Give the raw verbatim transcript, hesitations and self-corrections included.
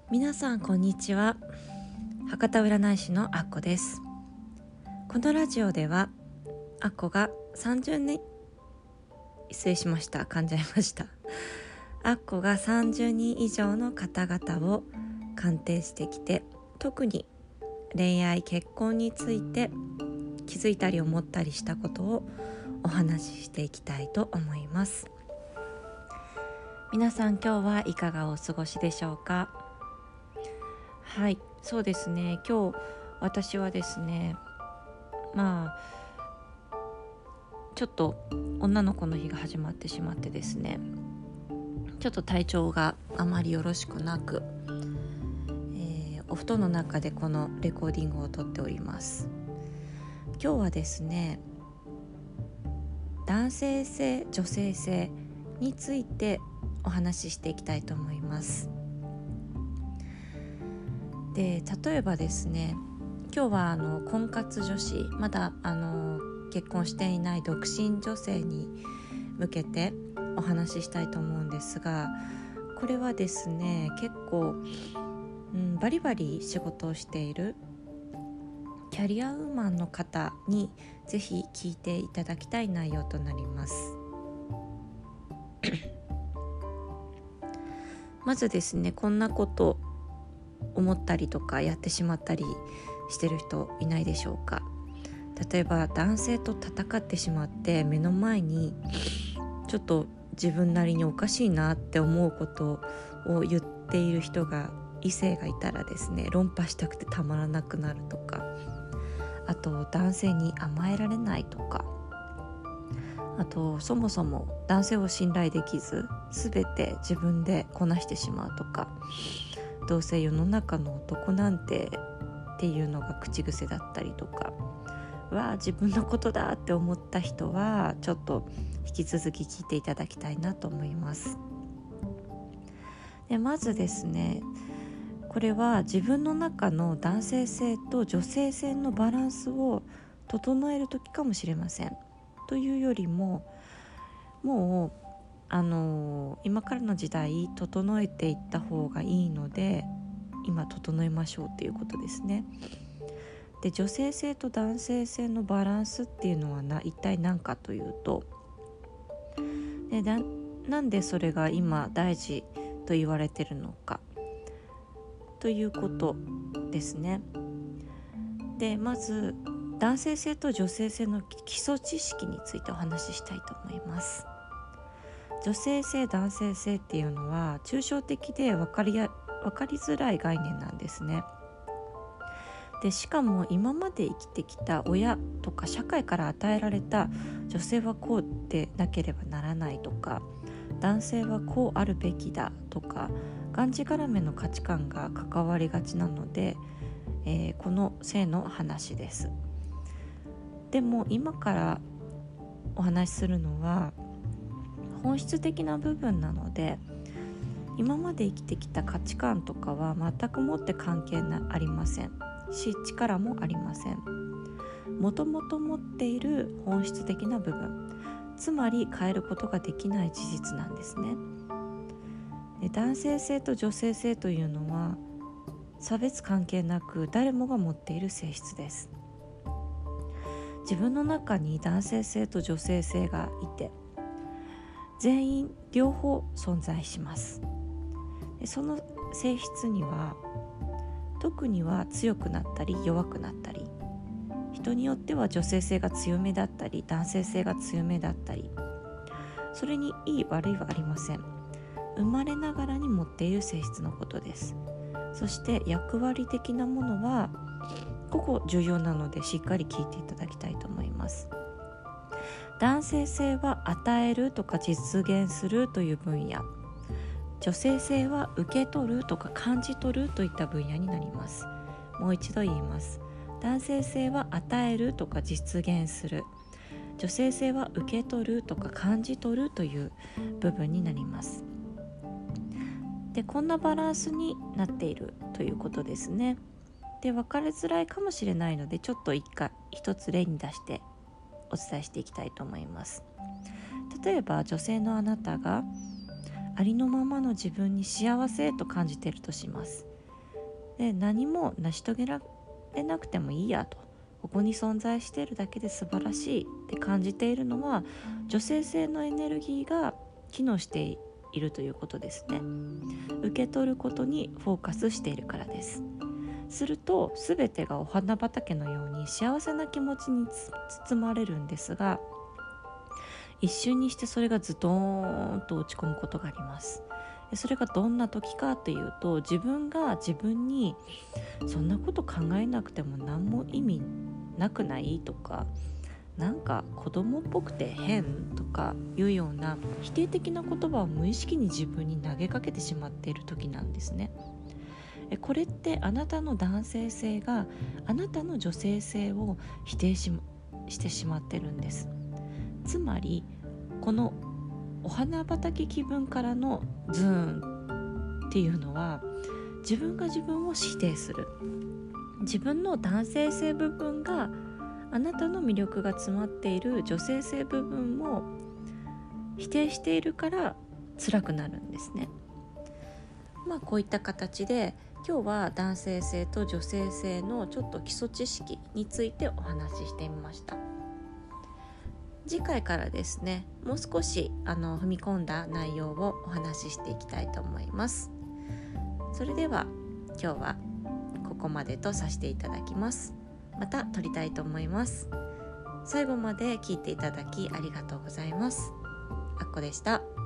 皆さんこんにちは。博多占い師のあっこです。このラジオではあっこがさんじゅうねん失礼しました噛んじゃいましたあっこがさんじゅうにん以上の方々を鑑定してきて、特に恋愛結婚について気づいたり思ったりしたことをお話ししていきたいと思います。皆さん今日はいかがお過ごしでしょうか。はい、そうですね。今日私はですね、まあちょっと女の子の日が始まってしまってですね、ちょっと体調があまりよろしくなく、えー、お布団の中でこのレコーディングを撮っております。今日はですね、男性性女性性についてお話ししていきたいと思います。で例えばですね、今日はあの婚活女子、まだあの結婚していない独身女性に向けてお話ししたいと思うんですが、これはですね結構、うん、バリバリ仕事をしているキャリアウーマンの方にぜひ聞いていただきたい内容となります。まずですね、こんなこと思ったりとかやってしまったりしてる人いないでしょうか。例えば男性と戦ってしまって、目の前にちょっと自分なりにおかしいなって思うことを言っている人が異性がいたらですね、論破したくてたまらなくなるとか、あと男性に甘えられないとか、あとそもそも男性を信頼できず全て自分でこなしてしまうとか、どうせ世の中の男なんてっていうのが口癖だったりとか、わあ自分のことだって思った人はちょっと引き続き聞いていただきたいなと思います。でまずですね、これは自分の中の男性性と女性性のバランスを整える時かもしれません。というよりも、もうあのー、今からの時代整えていった方がいいので、今整えましょうっていうことですね。で女性性と男性性のバランスっていうのはな一体何かというと、でななんでそれが今大事と言われてるのかということですね。でまず男性性と女性性の基礎知識についてお話ししたいと思います。女性性男性性っていうのは抽象的で分かりや分かりづらい概念なんですね。でしかも今まで生きてきた親とか社会から与えられた女性はこうでなければならないとか、男性はこうあるべきだとか、がんじがらめの価値観が関わりがちなので、えー、この性の話です。でも今からお話しするのは本質的な部分なので、今まで生きてきた価値観とかは全くもって関係ありませんし、力もありません。もともと持っている本質的な部分、つまり変えることができない事実なんですね。で男性性と女性性というのは差別関係なく誰もが持っている性質です。自分の中に男性性と女性性がいて、全員両方存在します。でその性質には特には強くなったり弱くなったり、人によっては女性性が強めだったり男性性が強めだったり、それにいい悪いはありません。生まれながらに持っている性質のことです。そして役割的なものはここ重要なのでしっかり聞いていただきたいと思います。男性性は与えるとか実現するという分野、女性性は受け取るとか感じ取るといった分野になります。もう一度言います。男性性は与えるとか実現する、女性性は受け取るとか感じ取るという部分になります。でこんなバランスになっているということですね。で分かりづらいかもしれないので、ちょっと一回一つ例に出してお伝えしていきたいと思います。例えば女性のあなたがありのままの自分に幸せと感じているとします。 で何も成し遂げられなくてもいいやと、ここに存在しているだけで素晴らしいって感じているのは、女性性のエネルギーが機能しているということですね。受け取ることにフォーカスしているからです。すると全てがお花畑のように幸せな気持ちに包まれるんですが、一瞬にしてそれがズドーンと落ち込むことがあります。それがどんな時かというと、自分が自分にそんなこと考えなくても何も意味なくないとか、なんか子供っぽくて変とかいうような否定的な言葉を無意識に自分に投げかけてしまっている時なんですね。これってあなたの男性性があなたの女性性を否定 し, してしまってるんです。つまりこのお花畑気分からのズーンっていうのは、自分が自分を否定する、自分の男性性部分があなたの魅力が詰まっている女性性部分を否定しているから辛くなるんですね。まあこういった形で今日は男性性と女性性のちょっと基礎知識についてお話ししてみました。次回からですね、もう少しあの踏み込んだ内容をお話ししていきたいと思います。それでは今日はここまでとさせていただきます。また撮りたいと思います。最後まで聞いていただきありがとうございます。あっこでした。